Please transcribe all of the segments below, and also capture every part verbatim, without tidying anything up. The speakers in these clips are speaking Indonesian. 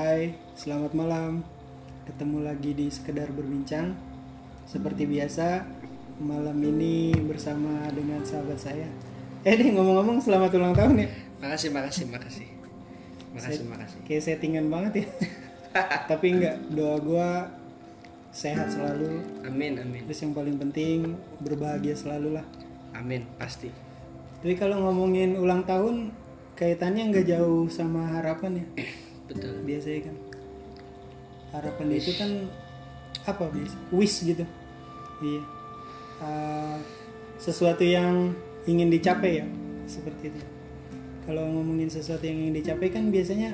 Hai, selamat malam. Ketemu lagi di Sekedar Berbincang. Seperti biasa, malam ini bersama dengan sahabat saya. Eh nih ngomong-ngomong selamat ulang tahun ya. Makasih, makasih, makasih. Makasih, Set- makasih. Kayak settingan banget ya. Tapi enggak, doa gua sehat selalu. Amin, amin. Terus yang paling penting berbahagia selalu lah. Amin, pasti. Tapi kalau ngomongin ulang tahun, kaitannya nggak jauh sama harapan ya. Betul. Biasanya kan harapan itu kan apa biasa wish gitu. Iya. Uh, sesuatu yang ingin dicapai ya, seperti itu. Kalau ngomongin sesuatu yang ingin dicapai kan biasanya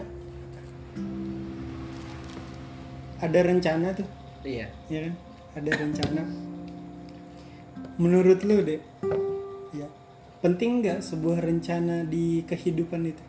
ada rencana tuh, Iya. ya kan? Ada rencana. Menurut lu deh, ya penting nggak sebuah rencana di kehidupan itu?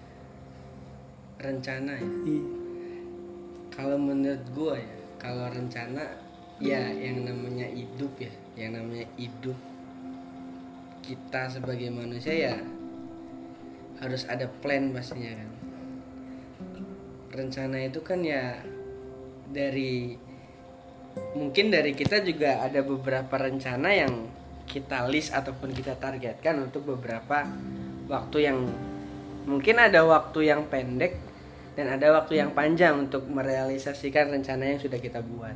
Rencana ya. Iya. Kalau menurut gua ya, kalau rencana ya yang namanya hidup ya, yang namanya hidup kita sebagai manusia ya harus ada plan pastinya kan. Rencana itu kan ya dari mungkin dari kita juga ada beberapa rencana yang kita list ataupun kita targetkan untuk beberapa waktu yang mungkin ada waktu yang pendek dan ada waktu yang panjang untuk merealisasikan rencana yang sudah kita buat.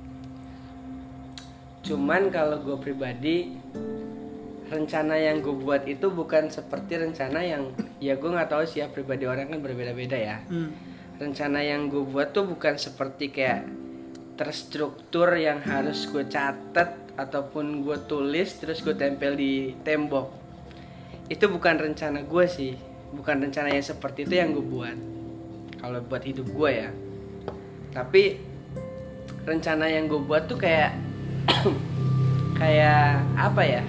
Cuman kalau gue pribadi, rencana yang gue buat itu bukan seperti rencana yang ya gue nggak tahu sih ya, pribadi orang kan berbeda-beda ya. Hmm. Rencana yang gue buat tuh bukan seperti kayak terstruktur yang harus gue catat ataupun gue tulis terus gue tempel di tembok. Itu bukan rencana gue sih, bukan rencana yang seperti itu yang gue buat kalau buat hidup gue ya. Tapi rencana yang gue buat tuh kayak kayak apa ya,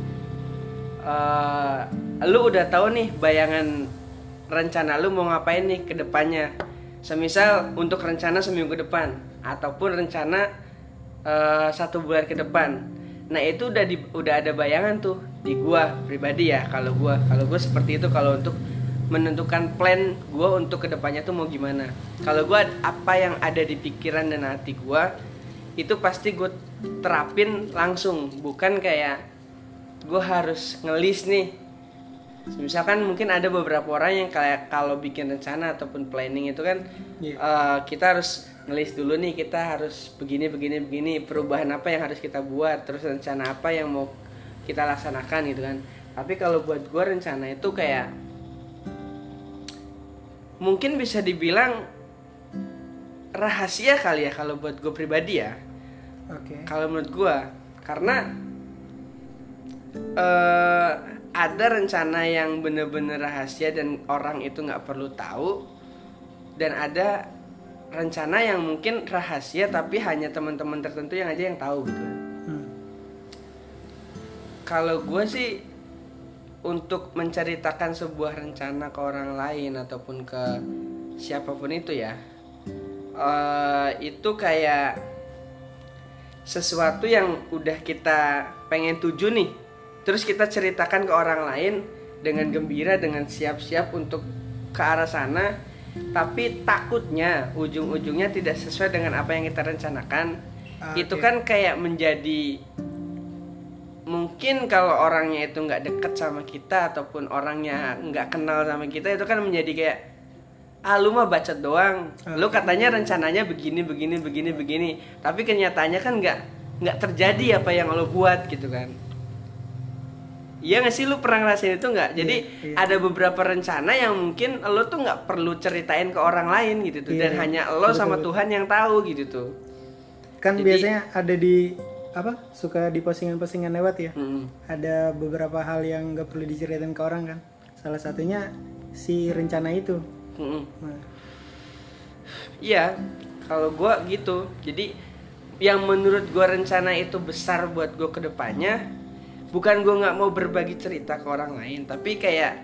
uh, lu udah tahu nih bayangan rencana lu mau ngapain nih ke depannya. Semisal untuk rencana seminggu ke depan ataupun rencana uh, satu bulan ke depan. Nah itu udah di, udah ada bayangan tuh di gua pribadi ya. Kalau gua kalau gua seperti itu kalau untuk menentukan plan gua untuk kedepannya tuh mau gimana. Kalau gua apa yang ada di pikiran dan hati gua itu pasti gua terapin langsung, bukan kayak gua harus ngelis nih. Misalkan mungkin ada beberapa orang yang kayak kalau bikin rencana ataupun planning itu kan yeah. uh, kita harus ngelis dulu nih, kita harus begini begini begini, perubahan apa yang harus kita buat, terus rencana apa yang mau kita laksanakan gitu kan. Tapi kalau buat gue rencana itu kayak mungkin bisa dibilang rahasia kali ya kalau buat gue pribadi ya. Oke. Okay. Kalau menurut gue karena uh, ada rencana yang bener-bener rahasia dan orang itu nggak perlu tahu, dan ada rencana yang mungkin rahasia tapi hanya teman-teman tertentu yang aja yang tahu gitu. Hmm. Kalau gue sih untuk menceritakan sebuah rencana ke orang lain ataupun ke siapapun itu ya, uh, itu kayak sesuatu yang udah kita pengen tuju nih, terus kita ceritakan ke orang lain dengan gembira, dengan siap-siap untuk ke arah sana. Tapi takutnya ujung-ujungnya tidak sesuai dengan apa yang kita rencanakan. Okay. Itu kan kayak menjadi, mungkin kalau orangnya itu gak deket sama kita ataupun orangnya gak kenal sama kita, itu kan menjadi kayak ah lu mah bacot doang. Okay. Lu katanya rencananya begini, begini, begini, begini, tapi kenyataannya kan gak, gak terjadi apa yang lu buat gitu kan. Iya gak sih, lu pernah ngerasain itu gak? Jadi yeah, yeah. ada beberapa rencana yang mungkin lo tuh gak perlu ceritain ke orang lain gitu tuh, yeah, dan yeah. hanya lo betul, sama betul. Tuhan yang tahu gitu tuh. Kan jadi, biasanya ada di apa suka di postingan-postingan lewat ya. Mm. Ada beberapa hal yang gak perlu diceritain ke orang kan. Salah satunya si rencana itu. Mm. Nah. Iya, kalau gue gitu. Jadi yang menurut gue rencana itu besar buat gue ke depannya, bukan gue nggak mau berbagi cerita ke orang lain, tapi kayak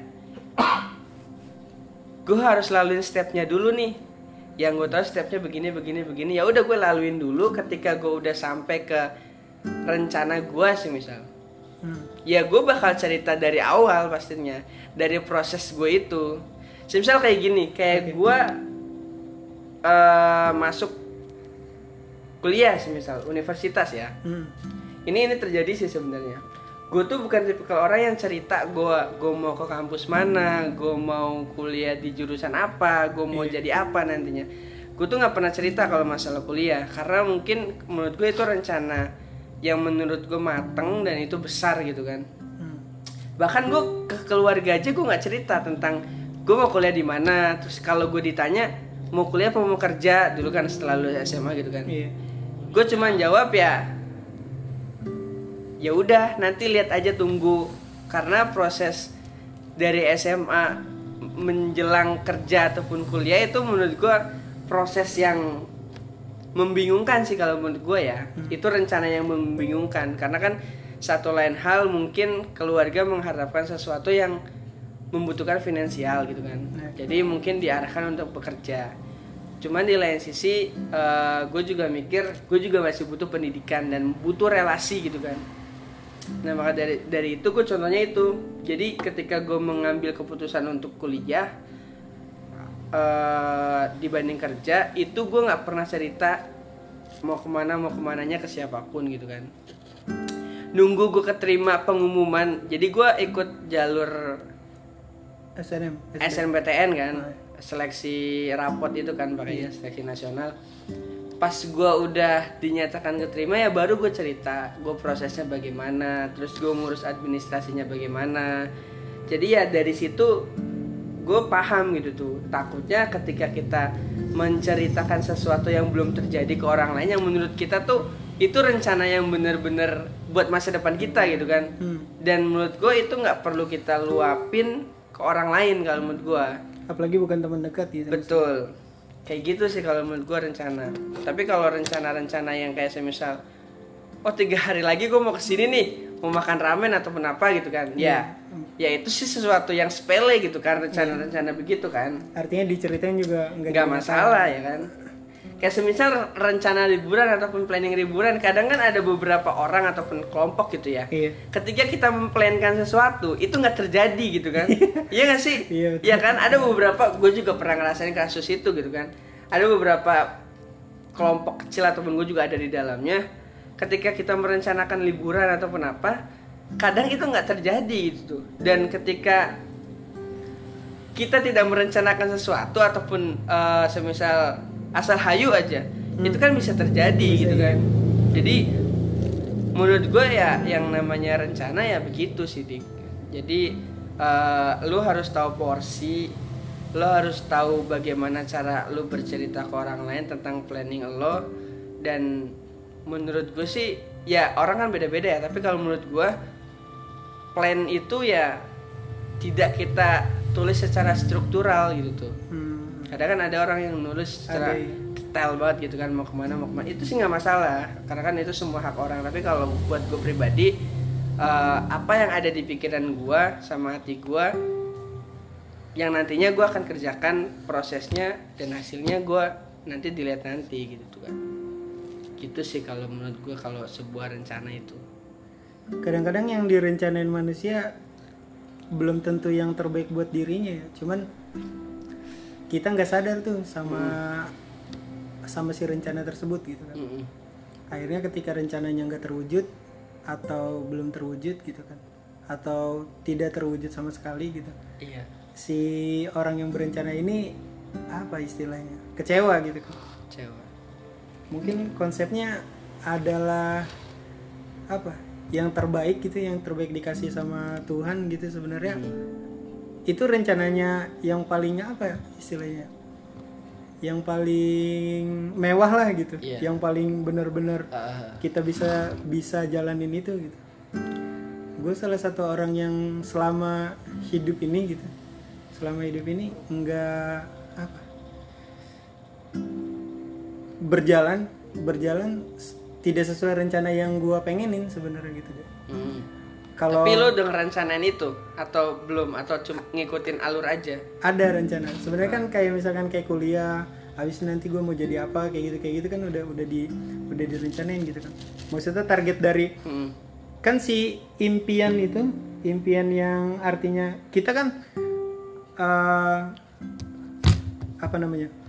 gue harus laluin stepnya dulu nih. Yang gue tahu stepnya begini begini begini, ya udah gue laluin dulu. Ketika gue udah sampai ke rencana gue sih misal, hmm. ya gue bakal cerita dari awal pastinya, dari proses gue itu. Misal kayak gini, kayak okay. gue uh, masuk kuliah semisal universitas ya. Hmm. Ini ini terjadi sih sebenarnya. Gue tuh bukan tipikal orang yang cerita gue gue mau ke kampus mana, gue mau kuliah di jurusan apa, gue mau Iya. jadi apa nantinya. Gue tuh nggak pernah cerita kalau masalah kuliah karena mungkin menurut gue itu rencana yang menurut gue mateng dan itu besar gitu kan. Hmm. Bahkan gue ke keluarga aja gue nggak cerita tentang gue mau kuliah di mana. Terus kalau gue ditanya mau kuliah apa mau kerja dulu kan setelah lulus S M A gitu kan. Iya. Gue cuman jawab ya ya udah nanti lihat aja tunggu, karena proses dari S M A menjelang kerja ataupun kuliah itu menurut gue proses yang membingungkan sih kalau menurut gue ya. Hmm. Itu rencana yang membingungkan karena kan satu lain hal mungkin keluarga mengharapkan sesuatu yang membutuhkan finansial gitu kan. Nah, jadi mungkin diarahkan untuk bekerja. Cuman di lain sisi uh, gue juga mikir gue juga masih butuh pendidikan dan butuh relasi gitu kan. Nah maka dari dari itu gue contohnya itu. Jadi ketika gue mengambil keputusan untuk kuliah uh, dibanding kerja, itu gue nggak pernah cerita mau kemana mau kemananya ke siapapun gitu kan. Nunggu gue keterima pengumuman. Jadi gue ikut jalur S N M S N B T N kan, seleksi rapot itu kan pakainya seleksi nasional. Pas gue udah dinyatakan keterima ya baru gue cerita gue prosesnya bagaimana, terus gue ngurus administrasinya bagaimana. Jadi ya dari situ gue paham gitu tuh, takutnya ketika kita menceritakan sesuatu yang belum terjadi ke orang lain yang menurut kita tuh itu rencana yang bener-bener buat masa depan kita gitu kan. hmm. Dan menurut gue itu nggak perlu kita luapin ke orang lain kalau menurut gue, apalagi bukan teman dekat gitu. Betul. Kayak gitu sih kalau menurut gue rencana. Tapi kalau rencana-rencana yang kayak semisal oh tiga hari lagi gue mau kesini nih, mau makan ramen ataupun apa gitu kan, ya, ya itu sih sesuatu yang sepele gitu kan, rencana-rencana begitu kan. Artinya diceritain juga nggak nggak masalah ya kan. Kayak semisal rencana liburan ataupun planning liburan, kadang kan ada beberapa orang ataupun kelompok gitu ya. Iya. Ketika kita memplankan sesuatu, itu nggak terjadi gitu kan. Iya nggak sih? Iya, betul. Ya kan, ada beberapa, gue juga pernah ngerasain kasus itu gitu kan. Ada beberapa kelompok kecil ataupun gue juga ada di dalamnya. Ketika kita merencanakan liburan ataupun apa, kadang itu nggak terjadi gitu. Dan ketika kita tidak merencanakan sesuatu ataupun uh, semisal asal hayu aja, hmm. itu kan bisa terjadi bisa, gitu kan. Jadi menurut gue ya yang namanya rencana ya begitu sih Dik. Jadi uh, lu harus tahu porsi, lu harus tahu bagaimana cara lu bercerita ke orang lain tentang planning lo. Dan menurut gue sih ya orang kan beda-beda ya, tapi kalau menurut gue plan itu ya tidak kita tulis secara struktural gitu tuh. hmm. Kadang kan ada orang yang nulis secara ada, detail banget gitu kan, mau kemana mau kemana, itu sih nggak masalah karena kan itu semua hak orang. Tapi kalau buat gue pribadi, uh, apa yang ada di pikiran gue sama hati gue yang nantinya gue akan kerjakan prosesnya dan hasilnya gue nanti dilihat nanti gitu tuh kan. Gitu sih kalau menurut gue kalau sebuah rencana itu. Kadang-kadang yang direncanain manusia belum tentu yang terbaik buat dirinya ya, cuman kita nggak sadar tuh sama hmm. sama si rencana tersebut gitu kan. hmm. Akhirnya ketika rencananya nggak terwujud atau belum terwujud gitu kan, atau tidak terwujud sama sekali gitu, iya. Si orang yang berencana ini apa istilahnya, kecewa gitu kan. Kecewa. Mungkin konsepnya adalah apa, yang terbaik gitu, yang terbaik dikasih sama Tuhan gitu sebenarnya. hmm. Itu rencananya yang paling apa ya istilahnya, yang paling mewah lah gitu, yeah. Yang paling benar-benar uh. kita bisa bisa jalanin itu gitu. Gue salah satu orang yang selama hidup ini gitu, selama hidup ini enggak apa berjalan berjalan tidak sesuai rencana yang gue pengenin sebenarnya gitu deh. Hmm. Kalau tapi lo udah ngerencanain itu atau belum, atau cuma ngikutin alur aja? Ada rencana. Sebenarnya kan kayak misalkan kayak kuliah, habis nanti gue mau jadi apa kayak gitu kayak gitu kan udah udah di udah direncanain gitu kan. Maksudnya target dari hmm. kan si impian itu, impian yang artinya kita kan uh, apa namanya?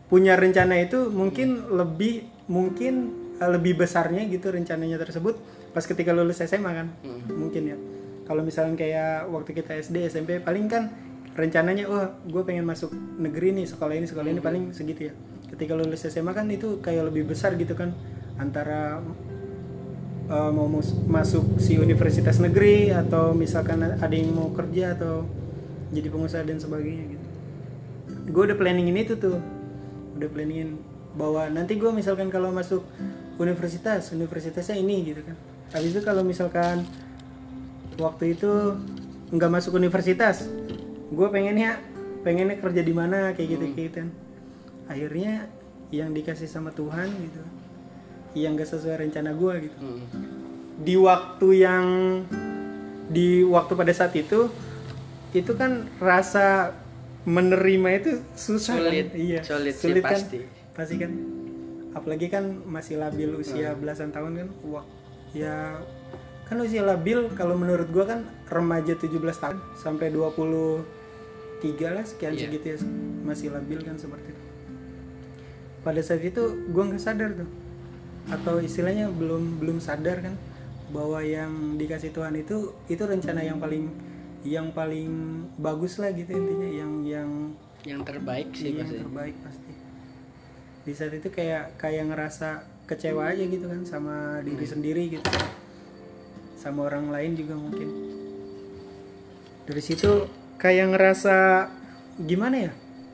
punya rencana itu mungkin lebih mungkin uh, lebih besarnya gitu rencananya tersebut pas ketika lulus S M A kan. Hmm. Mungkin ya. Kalau misalnya kayak waktu kita S D, S M P paling kan rencananya oh gue pengen masuk negeri nih, sekolah ini, sekolah hmm. ini paling segitu ya. Ketika lulus S M A kan itu kayak lebih besar gitu kan, antara uh, mau mus- masuk si universitas negeri atau misalkan ada yang mau kerja atau jadi pengusaha dan sebagainya gitu. Gue udah planningin itu tuh, udah planningin bahwa nanti gue misalkan kalau masuk universitas, universitasnya ini gitu kan. Habis itu kalau misalkan waktu itu nggak masuk universitas, gue pengennya pengennya kerja di mana kayak gitu kayak gitu kan. Akhirnya yang dikasih sama Tuhan gitu, yang gak sesuai rencana gue gitu. Hmm. Di waktu yang di waktu pada saat itu, itu kan rasa menerima itu susah sulit, kan? Iya, sulit, sulit sih, kan? pasti. Pasti kan. Apalagi kan masih labil usia hmm. belasan tahun kan. Wah, ya kan usia labil kalau menurut gue kan remaja tujuh belas tahun sampai dua puluh tiga lah sekian yeah. segitu ya, masih labil kan seperti itu. Pada saat itu gue nggak sadar tuh, atau istilahnya belum belum sadar kan bahwa yang dikasih Tuhan itu itu rencana yang paling yang paling bagus lah gitu intinya, yang yang yang terbaik sih yang pasti. terbaik pasti. Di saat itu kayak kayak ngerasa kecewa aja gitu kan sama diri hmm. sendiri gitu, sama orang lain juga mungkin. Dari situ kayak ngerasa gimana ya?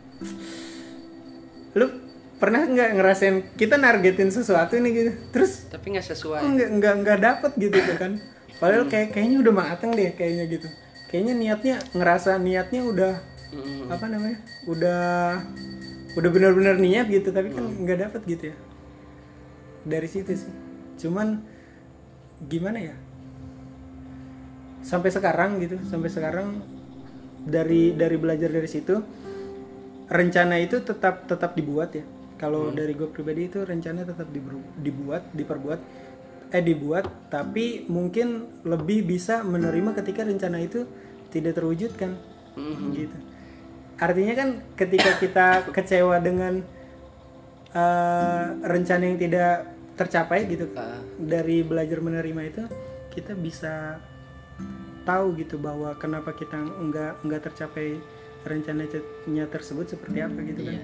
Lu pernah nggak ngerasain kita nargetin sesuatu nih gitu, terus tapi nggak sesuai, nggak nggak nggak dapet gitu tuh kan? Padahal hmm. kayak kayaknya udah mateng deh kayaknya gitu. Kayaknya niatnya ngerasa niatnya udah hmm. apa namanya? Udah udah benar-benar niat gitu, tapi kan nggak hmm. dapet gitu ya. Dari situ sih. Cuman gimana ya? Sampai sekarang gitu, sampai sekarang dari dari belajar dari situ, rencana itu tetap tetap dibuat ya. Kalau hmm. dari gue pribadi itu rencana tetap dibuat, diperbuat, eh dibuat, tapi mungkin lebih bisa menerima ketika rencana itu tidak terwujudkan, hmm. gitu. Artinya kan ketika kita kecewa dengan uh, rencana yang tidak tercapai gitu, uh. dari belajar menerima itu kita bisa tahu gitu bahwa kenapa kita enggak enggak tercapai rencananya tersebut seperti apa gitu kan. Iya,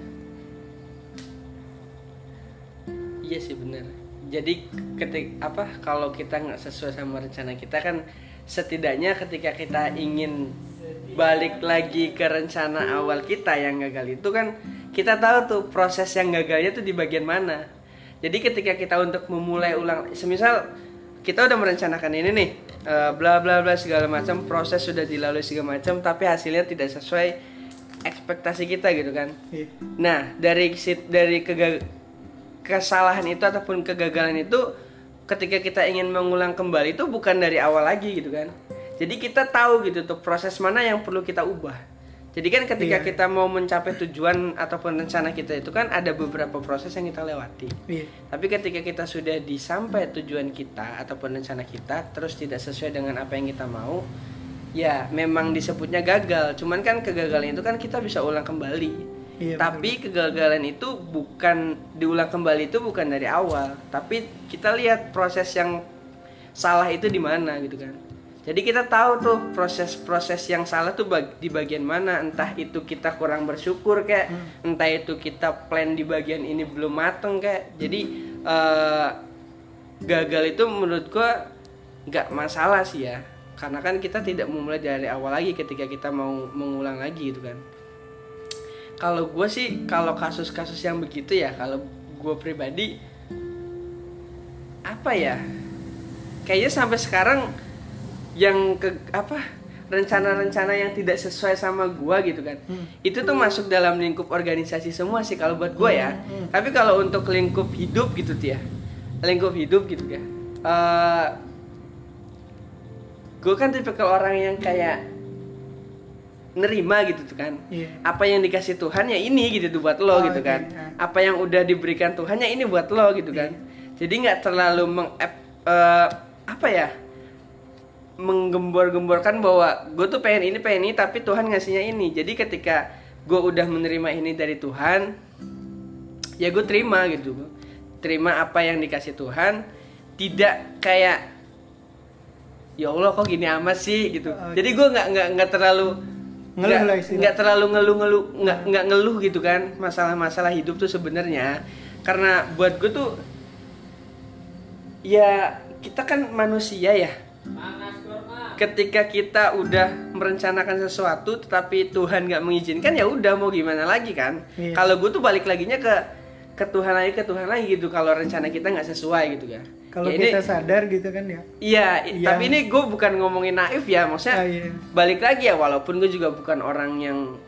iya sih benar. Jadi ketik apa kalau kita nggak sesuai sama rencana kita kan, setidaknya ketika kita ingin balik lagi ke rencana awal kita yang gagal itu kan kita tahu tuh proses yang gagalnya tuh di bagian mana. Jadi ketika kita untuk memulai ulang, semisal kita udah merencanakan ini nih, uh, bla bla bla segala macam, proses sudah dilalui segala macam, tapi hasilnya tidak sesuai ekspektasi kita gitu kan. Yeah. Nah dari dari kegal, kesalahan itu ataupun kegagalan itu, ketika kita ingin mengulang kembali itu bukan dari awal lagi gitu kan. Jadi kita tahu gitu tuh proses mana yang perlu kita ubah. Jadi kan ketika yeah. kita mau mencapai tujuan ataupun rencana kita itu kan ada beberapa proses yang kita lewati. Yeah. Tapi ketika kita sudah di sampai tujuan kita ataupun rencana kita terus tidak sesuai dengan apa yang kita mau, ya memang disebutnya gagal. Cuman kan kegagalan itu kan kita bisa ulang kembali. Yeah, tapi betul. Kegagalan itu bukan diulang kembali, itu bukan dari awal, tapi kita lihat proses yang salah itu di mana gitu kan. Jadi kita tahu tuh proses-proses yang salah tuh di bagian mana, entah itu kita kurang bersyukur kayak, hmm. entah itu kita plan di bagian ini belum mateng kayak. Jadi uh, gagal itu menurut gua nggak masalah sih ya, karena kan kita tidak memulai dari awal lagi ketika kita mau mengulang lagi gitu kan. Kalau gue sih, kalau kasus-kasus yang begitu ya, kalau gue pribadi apa ya, kayaknya sampai sekarang yang ke apa rencana-rencana yang tidak sesuai sama gua gitu kan, hmm. itu tuh masuk dalam lingkup organisasi semua sih kalau buat gua ya. Hmm. Tapi kalau untuk lingkup hidup gitu tuh ya, lingkup hidup gitu ya, uh, gua kan tipikal orang yang kayak nerima gitu tuh kan. Yeah. Apa yang dikasih Tuhan ya ini gitu tuh buat lo oh, gitu kan. Okay. Apa yang udah diberikan Tuhan ya ini buat lo gitu kan. Yeah. Jadi nggak terlalu meng uh, apa ya, menggembor-gemborkan bahwa gue tuh pengen ini pengen ini tapi Tuhan ngasihnya ini. Jadi ketika gue udah menerima ini dari Tuhan, ya gue terima gitu, terima apa yang dikasih Tuhan, tidak kayak ya Allah kok gini amat sih gitu. Oh, jadi gue nggak nggak nggak terlalu Ngeluh lah nggak istilah. nggak terlalu ngeluh-ngeluh, nggak nggak ngeluh gitu kan masalah-masalah hidup tuh sebenarnya. Karena buat gue tuh ya kita kan manusia ya. Ketika kita udah merencanakan sesuatu tetapi Tuhan nggak mengizinkan, ya udah mau gimana lagi kan. Iya. Kalau gue tuh balik laginya ke ke Tuhan lagi ke Tuhan lagi gitu kalau rencana kita nggak sesuai gitu ya. Kalau Ya kita ini- sadar gitu kan ya. Iya, i- Yang- tapi ini gue bukan ngomongin naif ya, maksudnya Ah, iya. balik lagi ya, walaupun gue juga bukan orang yang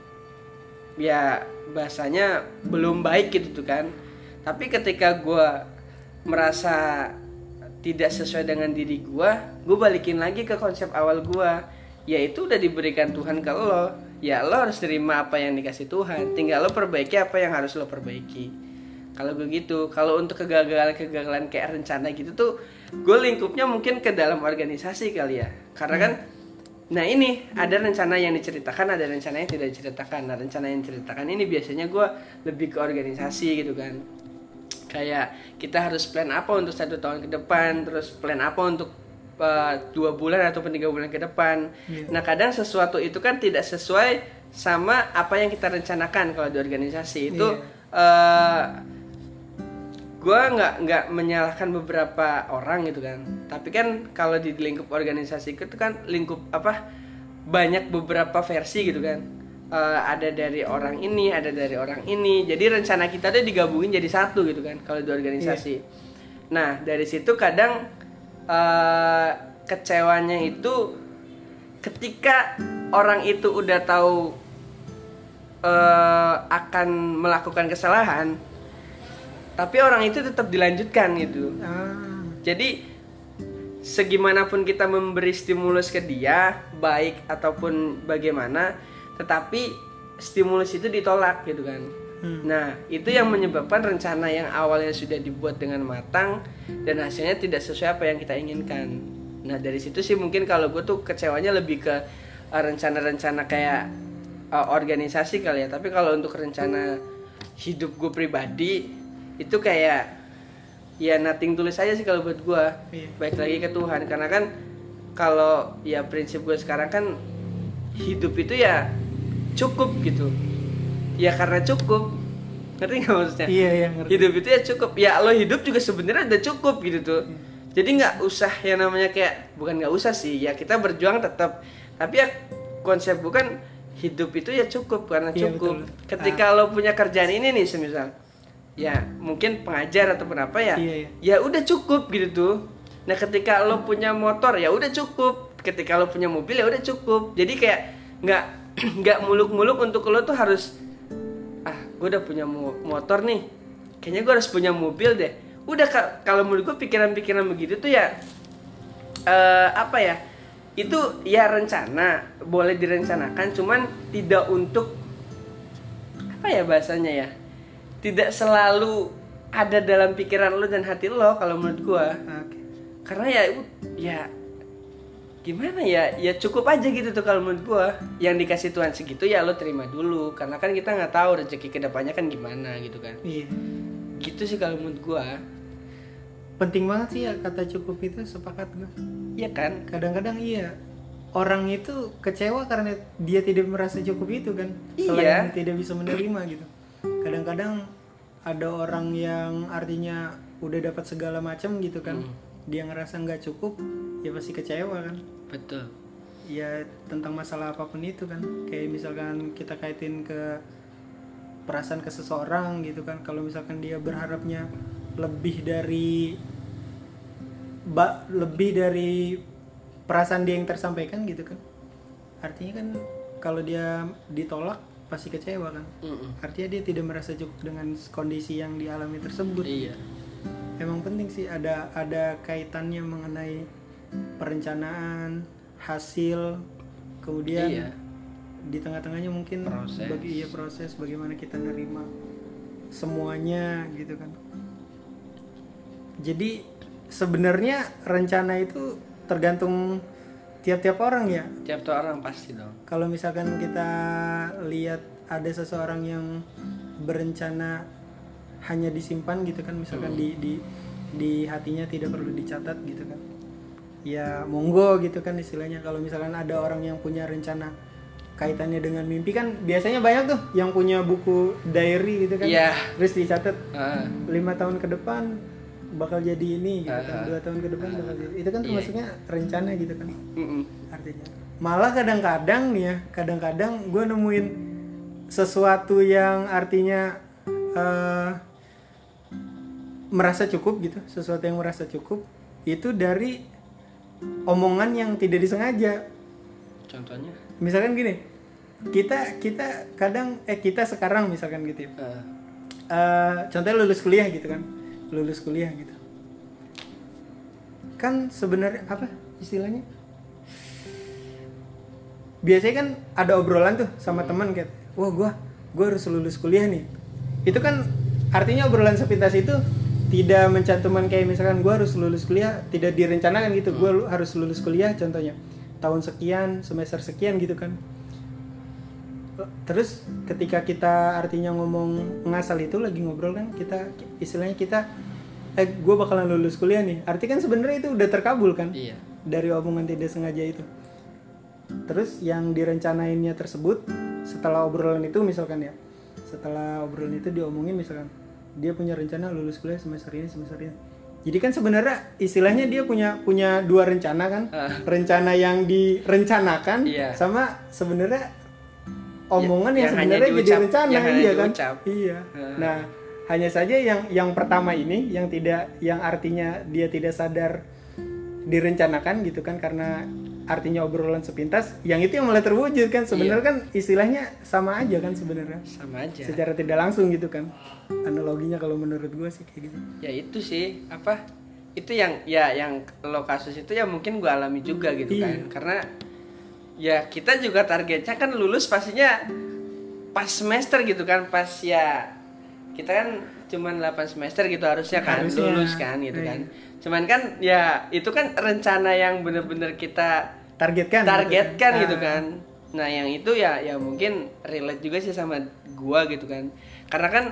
ya bahasanya belum baik gitu tuh kan. Tapi ketika gue merasa tidak sesuai dengan diri gue, gue balikin lagi ke konsep awal gue, yaitu udah diberikan Tuhan ke lo, ya lo harus terima apa yang dikasih Tuhan, tinggal lo perbaiki apa yang harus lo perbaiki. Kalau gue gitu, kalau untuk kegagalan-kegagalan kayak rencana gitu tuh, gue lingkupnya mungkin ke dalam organisasi kali ya, karena kan, nah ini ada rencana yang diceritakan, ada rencana yang tidak diceritakan. Nah rencana yang diceritakan ini biasanya gue lebih ke organisasi gitu kan, kayak kita harus plan apa untuk satu tahun ke depan, terus plan apa untuk uh, dua bulan ataupun tiga bulan ke depan. Iya. Nah kadang sesuatu itu kan tidak sesuai sama apa yang kita rencanakan kalau di organisasi itu. Iya. uh, gue nggak nggak menyalahkan beberapa orang gitu kan, tapi kan kalau di lingkup organisasi itu kan lingkup apa banyak beberapa versi gitu kan. Uh, ada dari orang ini, ada dari orang ini, jadi rencana kita tuh digabungin jadi satu gitu kan kalau di organisasi. Nah dari situ kadang uh, kecewanya itu ketika orang itu udah tahu uh, akan melakukan kesalahan, tapi orang itu tetap dilanjutkan gitu. Ah, Jadi segimanapun kita memberi stimulus ke dia, baik ataupun bagaimana, tetapi stimulus itu ditolak gitu kan. Hmm. Nah itu yang menyebabkan rencana yang awalnya sudah dibuat dengan matang dan hasilnya tidak sesuai apa yang kita inginkan. Nah dari situ sih mungkin kalau gue tuh kecewanya lebih ke uh, rencana-rencana kayak uh, organisasi kali ya. Tapi kalau untuk rencana hidup gue pribadi itu kayak ya nothing tulis aja sih kalau buat gue. Iya. Baik lagi ke Tuhan, karena kan kalau ya prinsip gue sekarang kan hidup itu ya cukup gitu ya, karena cukup, ngerti nggak maksudnya? Iya, iya, ngerti. Hidup itu ya cukup ya, lo hidup juga sebenarnya udah cukup gitu tuh. Jadi nggak usah yang namanya kayak, bukan nggak usah sih ya, kita berjuang tetap, tapi ya konsep bukan hidup itu ya cukup karena Iya, cukup. betul. Ketika lo punya kerjaan ini nih semisal ya mungkin pengajar ataupun apa ya, Iya, iya. ya udah cukup gitu tuh. Nah ketika lo punya motor ya udah cukup, ketika lo punya mobil ya udah cukup. Jadi kayak nggak nggak muluk-muluk untuk lo tuh harus, ah gue udah punya mo- motor nih, kayaknya gue harus punya mobil deh. Udah ka- kalau menurut gue pikiran-pikiran begitu tuh ya eh, apa ya, itu ya rencana boleh direncanakan, cuman tidak untuk apa ya bahasanya ya, tidak selalu ada dalam pikiran lo dan hati lo kalau menurut gue. Oke. Karena ya ya gimana ya, ya cukup aja gitu tuh kalau menurut gua. Yang dikasih Tuhan segitu ya lo terima dulu, karena kan kita nggak tahu rezeki kedepannya kan gimana gitu kan. Iya. Gitu sih kalau menurut gua. Penting banget sih ya kata cukup itu, sepakat gue. Iya kan. Kadang-kadang iya, orang itu kecewa karena dia tidak merasa cukup itu kan. Iya. Selain tidak bisa menerima gitu. Kadang-kadang ada orang yang artinya udah dapat segala macam gitu kan. Hmm. Dia ngerasa nggak cukup, ya pasti kecewa kan. Betul. Ya tentang masalah apapun itu kan, kayak misalkan kita kaitin ke perasaan ke seseorang gitu kan. Kalau misalkan dia berharapnya lebih dari ba, lebih dari perasaan dia yang tersampaikan gitu kan, artinya kan kalau dia ditolak pasti kecewa kan. Mm-mm. Artinya dia tidak merasa cukup dengan kondisi yang dialami tersebut. Iya. Emang penting sih ada ada kaitannya mengenai perencanaan, hasil, kemudian Iya. di tengah-tengahnya mungkin Proses. bagi ya proses bagaimana kita nerima semuanya gitu kan. Jadi sebenarnya rencana itu tergantung tiap-tiap orang ya. Tiap tuh orang pasti dong. Kalau misalkan kita lihat ada seseorang yang berencana hanya disimpan gitu kan, misalkan Hmm. di di di hatinya tidak perlu dicatat gitu kan. Ya monggo gitu kan istilahnya. Kalau misalkan ada orang yang punya rencana kaitannya dengan mimpi kan biasanya banyak tuh yang punya buku diary gitu kan. Iya. Terus dicatat Ah, lima tahun ke depan bakal jadi ini gitu kan, Ah. dua tahun ke depan bakal jadi itu kan Iya. termasuknya rencana gitu kan mm-mm. artinya. Malah kadang-kadang nih ya, kadang-kadang gue nemuin sesuatu yang artinya eh, merasa cukup gitu, sesuatu yang merasa cukup itu dari omongan yang tidak disengaja. Contohnya? Misalkan gini, kita kita kadang eh kita sekarang misalkan gitu ya. Ah, Eh, contohnya lulus kuliah gitu kan, lulus kuliah gitu kan sebenarnya apa istilahnya, biasanya kan ada obrolan tuh sama teman kayak, wah gue gue harus lulus kuliah nih. Itu kan artinya obrolan sepintas itu tidak mencantumkan kayak misalkan gue harus lulus kuliah, tidak direncanakan gitu. Gue lu- harus lulus kuliah contohnya tahun sekian, semester sekian gitu kan. Terus ketika kita artinya ngomong ngasal itu lagi ngobrol kan, kita istilahnya kita eh gue bakalan lulus kuliah nih. Arti kan sebenarnya itu udah terkabul kan iya. dari omongan tidak sengaja itu. Terus yang direncanainnya tersebut setelah obrolan itu misalkan ya, setelah obrolan itu diomongin misalkan dia punya rencana lulus kuliah semester ini semester ini. Jadi kan sebenarnya istilahnya dia punya punya dua rencana kan, Ah. rencana yang direncanakan Iya. sama sebenarnya omongan Ya- yang, yang hanya sebenarnya jadi diucap- rencana, yang hanya iya kan? diucap. Iya. Ah. Nah, hanya saja yang yang pertama ini yang tidak yang artinya dia tidak sadar direncanakan gitu kan karena artinya obrolan sepintas, yang itu yang malah terwujud kan sebenarnya Iya. kan istilahnya sama aja kan sebenarnya. Sama aja. Secara tidak langsung gitu kan. Analoginya kalau menurut gue sih kayak gitu. Ya itu sih apa? Itu yang ya yang lo kasus itu ya mungkin gue alami juga gitu Iya. kan. Karena ya kita juga targetnya kan lulus pastinya pas semester gitu kan, pas ya kita kan cuman delapan semester gitu harusnya kan Harusnya. lulus kan gitu Iya. kan. Cuman kan ya itu kan rencana yang bener-bener kita Targetkan. targetkan Ah. gitu kan. Nah yang itu ya ya mungkin relate juga sih sama gua gitu kan. Karena kan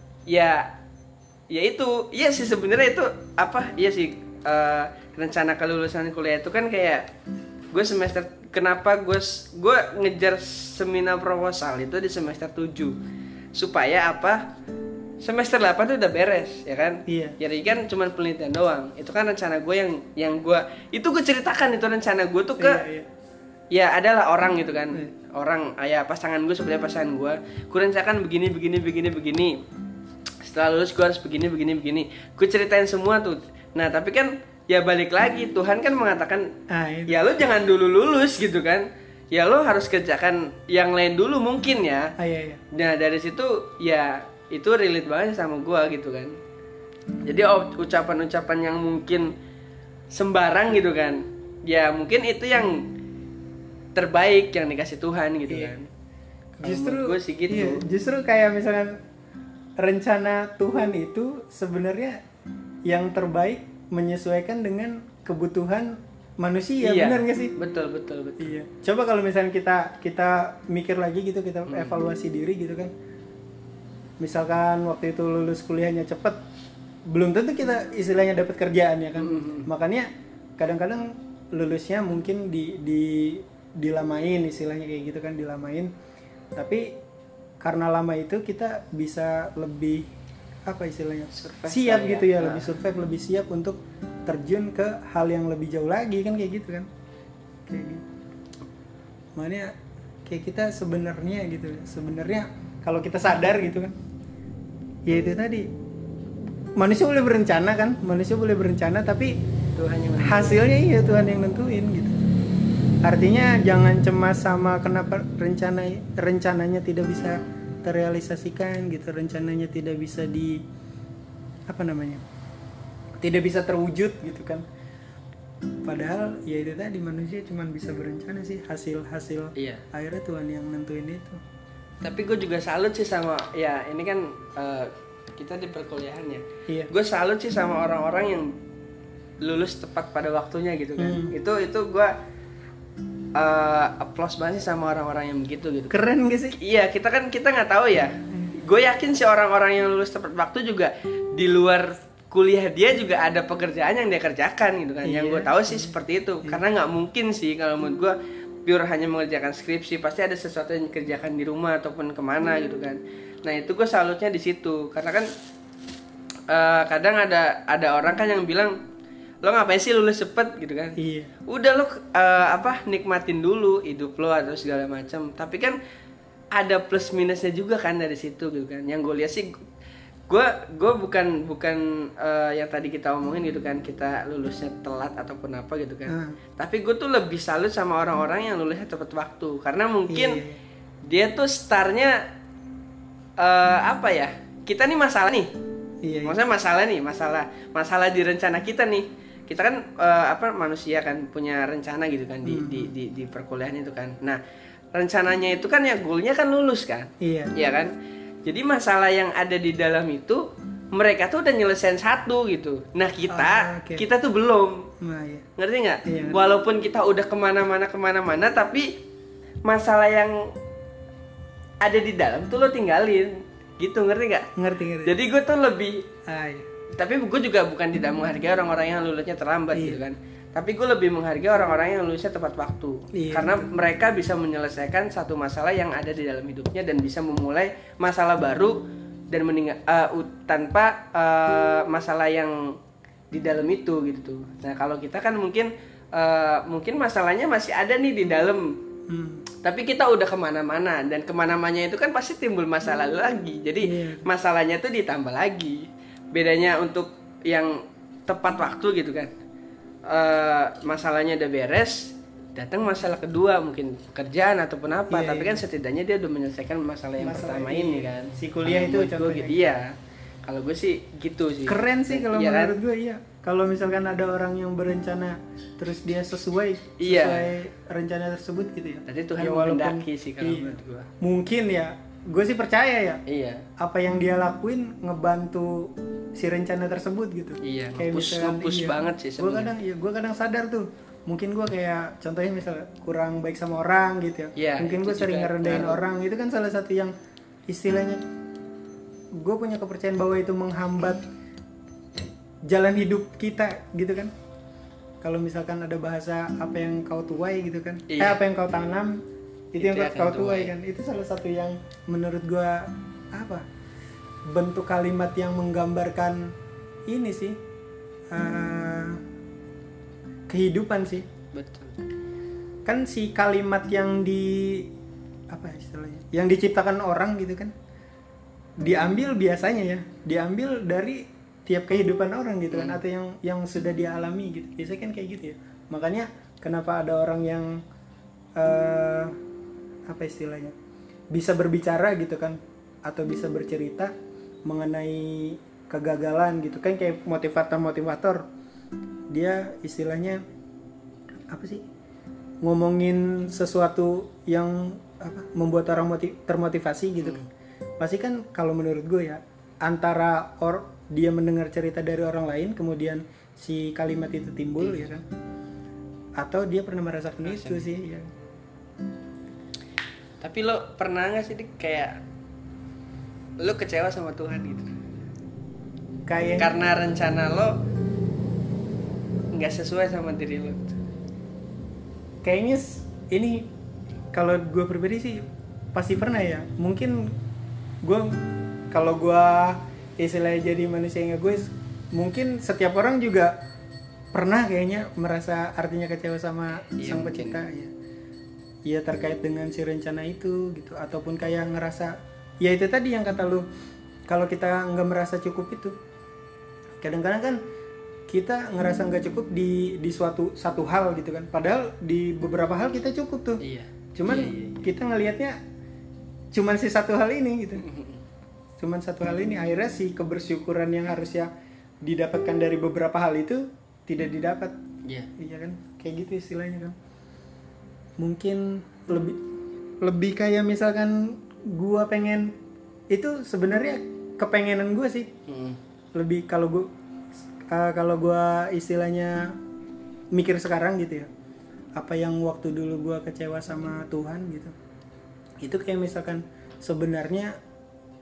ya ya itu iya sih sebenarnya itu apa iya sih eh, rencana kelulusan kuliah itu kan kayak gue semester kenapa gue gue ngejar seminar proposal itu di semester tujuh supaya apa semester delapan tuh udah beres ya kan. Iya. Jadi kan cuman penelitian doang. Itu kan rencana gue yang yang gue itu gue ceritakan itu rencana gue tuh ke Iya, iya. ya adalah orang gitu kan. Iya. Orang ya pasangan gue sebenarnya pasangan gue. Gue rencanakan begini begini begini begini. Setelah lulus gue harus begini begini begini. Gue ceritain semua tuh. Nah, tapi kan ya balik lagi Tuhan kan mengatakan Ah, itu. ya lo jangan dulu lulus gitu kan. Ya lo harus kerjakan yang lain dulu mungkin ya. Ah, iya, iya. Nah dari situ ya itu relate banget sama gue gitu kan. Jadi o- ucapan-ucapan yang mungkin sembarang gitu kan, ya mungkin itu yang terbaik yang dikasih Tuhan gitu Iya. kan. Justru gue sih gitu. iya, justru kayak misalkan rencana Tuhan itu sebenarnya yang terbaik menyesuaikan dengan kebutuhan manusia, Iya, benar nggak sih? Betul betul betul. Iya. Coba kalau misalnya kita kita mikir lagi gitu, kita Hmm. evaluasi diri gitu kan. Misalkan waktu itu lulus kuliahnya cepet, belum tentu kita istilahnya dapat kerjaan ya kan. Hmm. Makanya kadang-kadang lulusnya mungkin di di dilamain istilahnya kayak gitu kan, dilamain. Tapi karena lama itu kita bisa lebih apa istilahnya? Survive siap lah ya. gitu ya, Nah. lebih survive, lebih siap untuk terjun ke hal yang lebih jauh lagi kan kayak gitu kan. Kayak gitu. Makanya kayak kita sebenarnya gitu, sebenarnya kalau kita sadar gitu kan, ya itu tadi manusia boleh berencana kan, manusia boleh berencana tapi Tuhan yang menentukan. hasilnya iya Tuhan yang nentuin gitu. Artinya jangan cemas sama kenapa rencana rencananya tidak bisa terrealisasikan gitu, rencananya tidak bisa di apa namanya, tidak bisa terwujud gitu kan. Padahal ya itu tadi manusia cuma bisa berencana sih, hasil-hasil Iya. akhirnya Tuhan yang nentuin itu. Tapi gue juga salut sih sama ya ini kan eh, kita di perkuliahan ya. Iya. Gue salut sih sama orang-orang yang lulus tepat pada waktunya gitu kan. Hmm. Itu itu gue uh, applause banget sih sama orang-orang yang begitu gitu. Keren gak sih? Iya kita kan kita nggak tahu ya gue yakin sih orang-orang yang lulus tepat waktu juga di luar kuliah dia juga ada pekerjaan yang dia kerjakan gitu kan. Iya, Yang gue tahu sih iya. seperti itu. Iya. Karena nggak mungkin sih kalau menurut gue pure hanya mengerjakan skripsi, pasti ada sesuatu yang dikerjakan di rumah ataupun kemana gitu kan. Nah itu gue salutnya di situ, karena kan uh, kadang ada ada orang kan yang bilang, lo ngapain sih lulus cepet gitu kan? Iya. Udah lo uh, apa nikmatin dulu hidup lo atau segala macam. Tapi kan ada plus minusnya juga kan dari situ gitu kan. Yang gue lihat sih, gue gue bukan bukan uh, yang tadi kita omongin gitu kan, kita lulusnya telat ataupun apa gitu kan. Hmm. Tapi gue tuh lebih salut sama orang-orang yang lulusnya tepat waktu, karena mungkin Iya. dia tuh startnya uh, apa ya? Kita nih masalah nih. Iya, iya. Maksudnya masalah nih, masalah masalah di rencana kita nih. Kita kan uh, apa manusia kan punya rencana gitu kan di, Hmm. di di di perkuliahan itu kan. Nah, rencananya itu kan ya goalnya kan lulus kan. Iya. Iya kan? Jadi masalah yang ada di dalam itu mereka tuh udah nyelesain satu gitu. Nah kita, Ah, oke. kita tuh belum. Nah, iya. Ngerti nggak? Iya, ngerti. Walaupun kita udah kemana-mana kemana-mana, tapi masalah yang ada di dalam tuh lo tinggalin. Gitu, ngerti nggak? Ngerti, ngerti. Jadi gue tuh lebih, Ah, iya. tapi gue juga bukan tidak menghargai orang-orang yang lulusnya terlambat Iya. gitu kan. Tapi gue lebih menghargai orang-orang yang lulusnya tepat waktu. Iya, Karena betul. mereka bisa menyelesaikan satu masalah yang ada di dalam hidupnya dan bisa memulai masalah baru dan meninggal uh, tanpa uh, masalah yang di dalam itu gitu tuh. Nah kalau kita kan mungkin uh, mungkin masalahnya masih ada nih di dalam, Hmm. tapi kita udah kemana-mana dan kemana-mananya itu kan pasti timbul masalah lagi. Jadi Iya. masalahnya tuh ditambah lagi. Bedanya untuk yang tepat waktu gitu kan. Uh, masalahnya udah beres, datang masalah kedua mungkin pekerjaan ataupun apa, Iya, tapi iya. kan setidaknya dia udah menyelesaikan masalah yang Masalah pertama ini, ini kan. si kuliah Kalau itu menurut gua contohnya. gitu. Iya. Kalau gue sih gitu sih. Keren sih kalau Iya kan? menurut gue, iya. Kalau misalkan ada orang yang berencana terus dia sesuai Iya. sesuai rencana tersebut gitu ya. Tadi Tuhan Ya, walaupun- menghendaki sih kalau iya. menurut gue. Mungkin ya, gue sih percaya ya. Iya. Apa yang dia lakuin ngebantu si rencana tersebut gitu. Iya, Kayak nge-push- misalkan, nge-push banget sih Gue sebenarnya. kadang, iya, gue kadang sadar tuh. Mungkin gue kayak contohnya misalnya kurang baik sama orang gitu ya. Iya, Mungkin itu gue sering juga ngerendahin ngaruh. orang. Itu kan salah satu yang istilahnya gue punya kepercayaan bahwa itu menghambat jalan hidup kita gitu kan. Kalau misalkan ada bahasa apa yang kau tuai gitu kan. Eh Iya. apa yang kau tanam itu, Itu yang yang kau akan tuai tuai. kan. Itu salah satu yang menurut gue apa? Bentuk kalimat yang menggambarkan ini sih. eh, kehidupan sih. Betul. Kan si kalimat yang di apa istilahnya? Yang diciptakan orang gitu kan. Diambil biasanya ya, diambil dari tiap kehidupan orang gitu kan, Hmm. atau yang yang sudah dia alami gitu. Biasanya kan kayak gitu ya. Makanya kenapa ada orang yang eh, apa istilahnya? Bisa berbicara gitu kan, atau bisa bercerita mengenai kegagalan gitu kan, kayak motivator-motivator. Dia istilahnya apa sih? Ngomongin sesuatu yang apa membuat orang motiv- termotivasi gitu kan. Pasti kan kalau menurut gue ya, antara or dia mendengar cerita dari orang lain kemudian si kalimat itu timbul ya kan, atau dia pernah merasakan itu sih ya. Tapi lo pernah nggak sih Dik, kayak lo kecewa sama Tuhan gitu? Kayak Karena rencana lo nggak sesuai sama diri lo. kayaknya s- ini kalau gue pribadi sih pasti pernah ya. Mungkin gue kalau gue istilahnya jadi manusia yang egois, mungkin setiap orang juga pernah kayaknya merasa artinya kecewa sama Iya, sang mungkin. pencipta ya. Ya terkait dengan si rencana itu gitu, ataupun kayak ngerasa ya itu tadi yang kata lu, kalau kita nggak merasa cukup itu, kadang-kadang kan kita ngerasa nggak cukup di di suatu satu hal gitu kan, padahal di beberapa hal kita cukup tuh. Iya. Cuman Iya, iya, iya. kita ngelihatnya cuman si satu hal ini gitu. Cuman satu hal ini, akhirnya si kebersyukuran yang harusnya didapatkan dari beberapa hal itu tidak didapat. Iya. Iya kan? Kayak gitu istilahnya kan. Mungkin lebih lebih kayak misalkan gua pengen itu sebenarnya kepengenan gua sih. Mm. Lebih kalau gua uh, kalau gua istilahnya mikir sekarang gitu ya. Apa yang waktu dulu gua kecewa sama Tuhan gitu. Itu kayak misalkan sebenarnya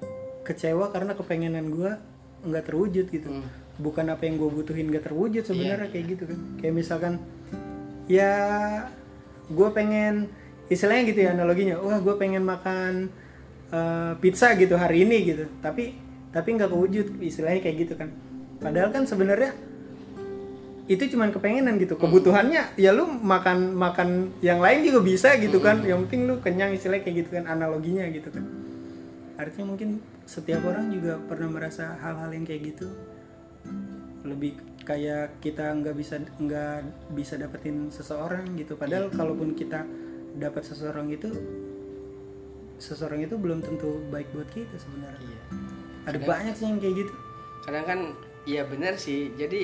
kecewa karena kepengenan gue nggak terwujud gitu. Hmm. Bukan apa yang gue butuhin nggak terwujud sebenarnya, yeah, kayak gitu kan. Kayak misalkan ya gue pengen, istilahnya gitu ya analoginya, wah gue pengen makan uh, pizza gitu hari ini gitu, tapi tapi nggak kewujud, istilahnya kayak gitu kan. Padahal kan sebenarnya itu cuman kepengenan gitu, kebutuhannya ya lu makan makan yang lain juga bisa gitu kan, yang penting lu kenyang, istilahnya kayak gitu kan analoginya gitu kan. Artinya mungkin setiap orang juga pernah merasa hal-hal yang kayak gitu, lebih kayak kita nggak bisa nggak bisa dapetin seseorang gitu, padahal kalaupun kita dapat seseorang itu seseorang itu belum tentu baik buat kita sebenarnya. Iya. Ada kadang, banyak sih yang kayak gitu. Kadang kan iya benar sih, jadi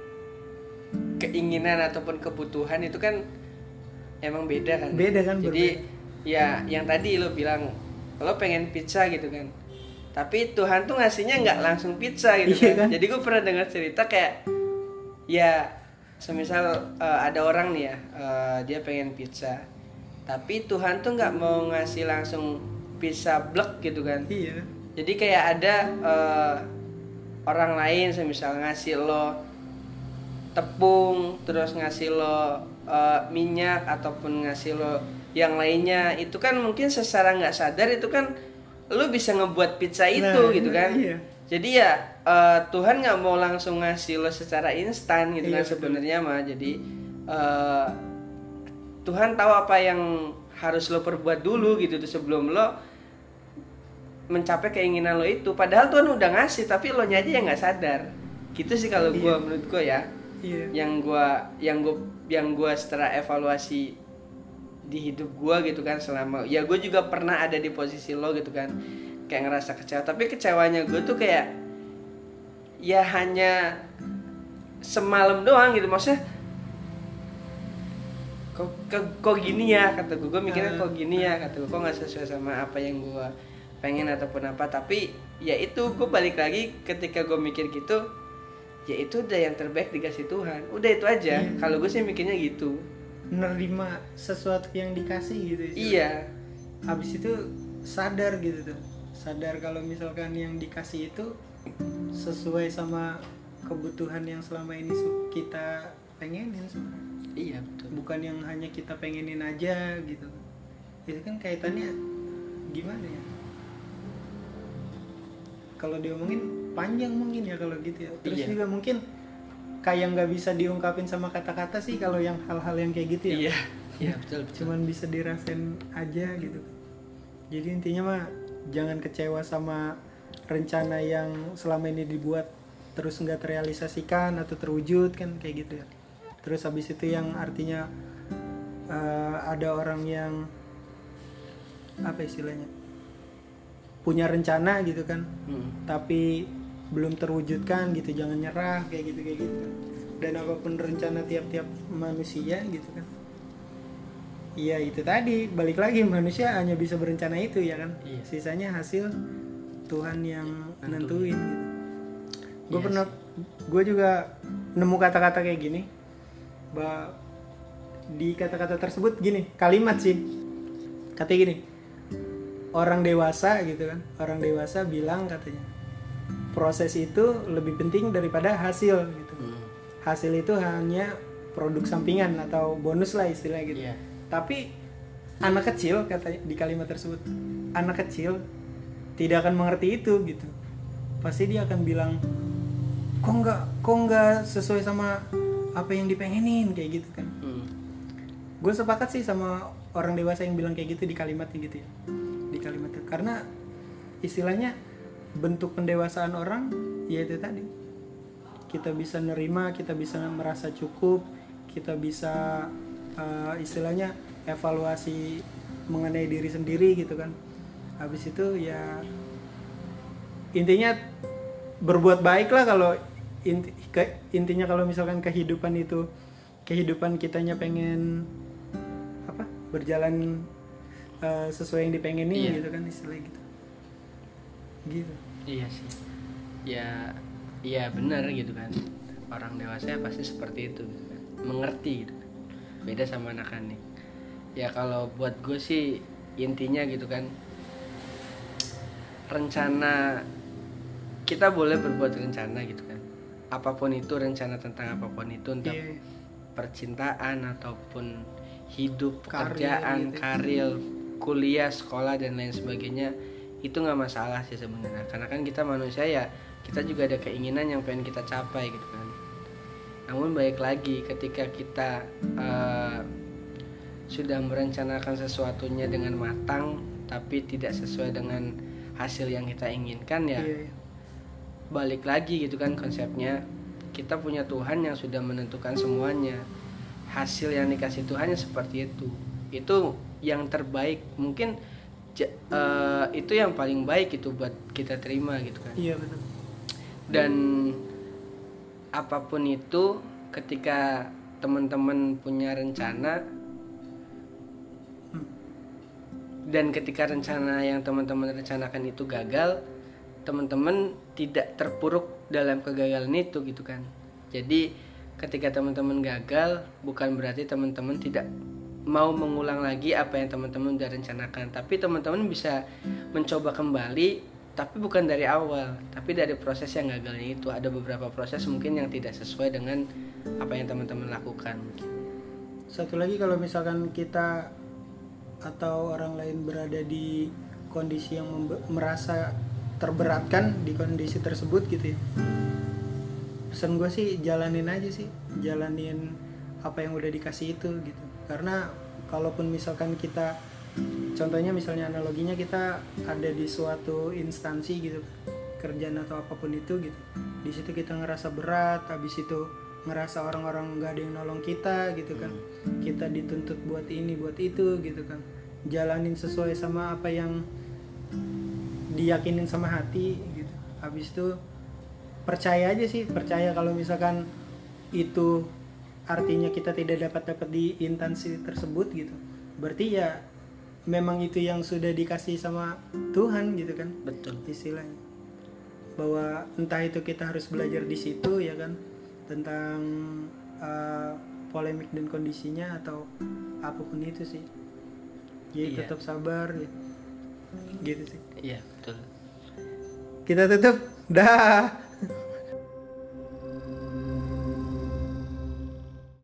keinginan ataupun kebutuhan itu kan emang beda kan. Beda kan. Jadi berbeda. Ya yang tadi lo bilang lo pengen pizza gitu kan, tapi Tuhan tuh ngasihnya nggak langsung pizza gitu, iya, kan? kan. Jadi gue pernah dengar cerita kayak ya semisal uh, ada orang nih ya, uh, dia pengen pizza, tapi Tuhan tuh nggak mau ngasih langsung pizza blek gitu kan. Iya. Jadi kayak ada uh, orang lain semisal ngasih lo tepung, terus ngasih lo uh, minyak ataupun ngasih lo yang lainnya, itu kan mungkin secara nggak sadar itu kan lo bisa ngebuat pizza itu, nah, gitu kan. Iya. Jadi ya uh, Tuhan nggak mau langsung ngasih lo secara instan gitu, iya, kan sebenarnya mah. Jadi uh, Tuhan tahu apa yang harus lo perbuat dulu gitu tuh sebelum lo mencapai keinginan lo itu. Padahal Tuhan udah ngasih, tapi lo nya aja yang nggak sadar. Gitu sih kalau gue, iya, menurut gue ya. Iya. Yang gue yang gue yang gue setelah evaluasi di hidup gue gitu kan, selama ya gue juga pernah ada di posisi lo gitu kan, kayak ngerasa kecewa, tapi kecewanya gue tuh kayak ya hanya semalam doang gitu, maksudnya kok kok, kok gini ya kata gue, gue mikirnya kok gini ya kata gue, kok nggak sesuai sama apa yang gue pengen ataupun apa. Tapi ya itu gue balik lagi ketika gue mikir gitu, ya itu udah yang terbaik dikasih Tuhan, udah itu aja. Iya. Kalau gue sih mikirnya gitu, menerima sesuatu yang dikasih gitu. Iya. Habis itu sadar gitu tuh, sadar kalau misalkan yang dikasih itu sesuai sama kebutuhan yang selama ini kita pengenin sebenarnya. Iya betul. Bukan yang hanya kita pengenin aja gitu. Itu kan kaitannya gimana ya? Kalau diomongin panjang mungkin ya kalau gitu ya. Terus iya, juga mungkin kayak nggak bisa diungkapin sama kata-kata sih kalau yang hal-hal yang kayak gitu ya. Iya, iya betul, betul. Cuman bisa dirasain aja gitu. Jadi intinya mah jangan kecewa sama rencana yang selama ini dibuat terus nggak terrealisasikan atau terwujud kan, kayak gitu ya. Terus habis itu yang artinya uh, ada orang yang apa istilahnya punya rencana gitu kan, hmm. tapi belum terwujudkan gitu, jangan nyerah kayak gitu kayak gitu. Dan apapun rencana tiap-tiap manusia gitu kan, iya itu tadi balik lagi, manusia hanya bisa berencana itu ya kan, iya. Sisanya hasil Tuhan yang ya, nentuin gitu. Gue yes. pernah, gue juga nemu kata-kata kayak gini, bah, di kata-kata tersebut gini, kalimat sih, katanya gini, orang dewasa gitu kan, orang dewasa bilang katanya, proses itu lebih penting daripada hasil gitu. Hmm. Hasil itu hanya produk sampingan atau bonus lah istilahnya gitu. Yeah. Tapi anak kecil katanya di kalimat tersebut, anak kecil tidak akan mengerti itu gitu. Pasti dia akan bilang, kok nggak kok nggak sesuai sama apa yang dipengenin kayak gitu kan. Hmm. Gue sepakat sih sama orang dewasa yang bilang kayak gitu di kalimatnya gitu ya. Di kalimatnya karena istilahnya bentuk pendewasaan orang ya itu tadi, kita bisa nerima, kita bisa merasa cukup, kita bisa uh, istilahnya evaluasi mengenai diri sendiri gitu kan. Habis itu ya intinya berbuat baik lah. Kalau inti, ke, intinya kalau misalkan kehidupan itu kehidupan kitanya pengen apa berjalan uh, sesuai yang dipengenin, iya, gitu kan istilahnya gitu. Gitu. Iya sih. Ya, iya benar gitu kan. Orang dewasa pasti seperti itu, gitu kan. Mengerti gitu. Beda sama anak-anak. Ya kalau buat gue sih intinya gitu kan, rencana, kita boleh berbuat rencana gitu kan, apapun itu, rencana tentang apapun itu, entah Iya. percintaan ataupun hidup, Karir pekerjaan, gitu. karir, kuliah, sekolah dan lain sebagainya, itu nggak masalah sih sebenarnya, karena kan kita manusia ya, kita juga ada keinginan yang pengen kita capai gitu kan. Namun baik lagi ketika kita uh, sudah merencanakan sesuatunya dengan matang tapi tidak sesuai dengan hasil yang kita inginkan ya, Iya, iya. balik lagi gitu kan konsepnya, kita punya Tuhan yang sudah menentukan semuanya, hasil yang dikasih Tuhan yang seperti itu, itu yang terbaik mungkin, j- uh, itu yang paling baik itu buat kita terima gitu kan. Iya benar. Dan apapun itu, ketika teman-teman punya rencana dan ketika rencana yang teman-teman rencanakan itu gagal, teman-teman tidak terpuruk dalam kegagalan itu gitu kan. Jadi ketika teman-teman gagal, bukan berarti teman-teman tidak mau mengulang lagi apa yang teman-teman udah rencanakan, tapi teman-teman bisa mencoba kembali, tapi bukan dari awal, tapi dari proses yang gagalnya itu. Ada beberapa proses mungkin yang tidak sesuai dengan apa yang teman-teman lakukan. Satu lagi, kalau misalkan kita atau orang lain berada di kondisi yang membe- merasa terberatkan di kondisi tersebut gitu ya, pesan gue sih jalanin aja sih, jalanin apa yang udah dikasih itu gitu. Karena kalaupun misalkan kita, contohnya misalnya analoginya kita ada di suatu instansi gitu, kerjaan atau apapun itu gitu, di situ kita ngerasa berat, habis itu ngerasa orang-orang nggak ada yang nolong kita gitu kan, kita dituntut buat ini buat itu gitu kan, jalanin sesuai sama apa yang diyakinin sama hati gitu. Habis itu percaya aja sih, percaya kalau misalkan itu artinya kita tidak dapat dapat di instansi tersebut gitu, berarti ya memang itu yang sudah dikasih sama Tuhan gitu kan. Betul. Istilahnya bahwa entah itu kita harus belajar di situ ya kan, tentang uh, polemik dan kondisinya atau apapun itu sih. Jadi Iya. tetap sabar gitu. Gitu sih. Iya betul. Kita tutup. Dah.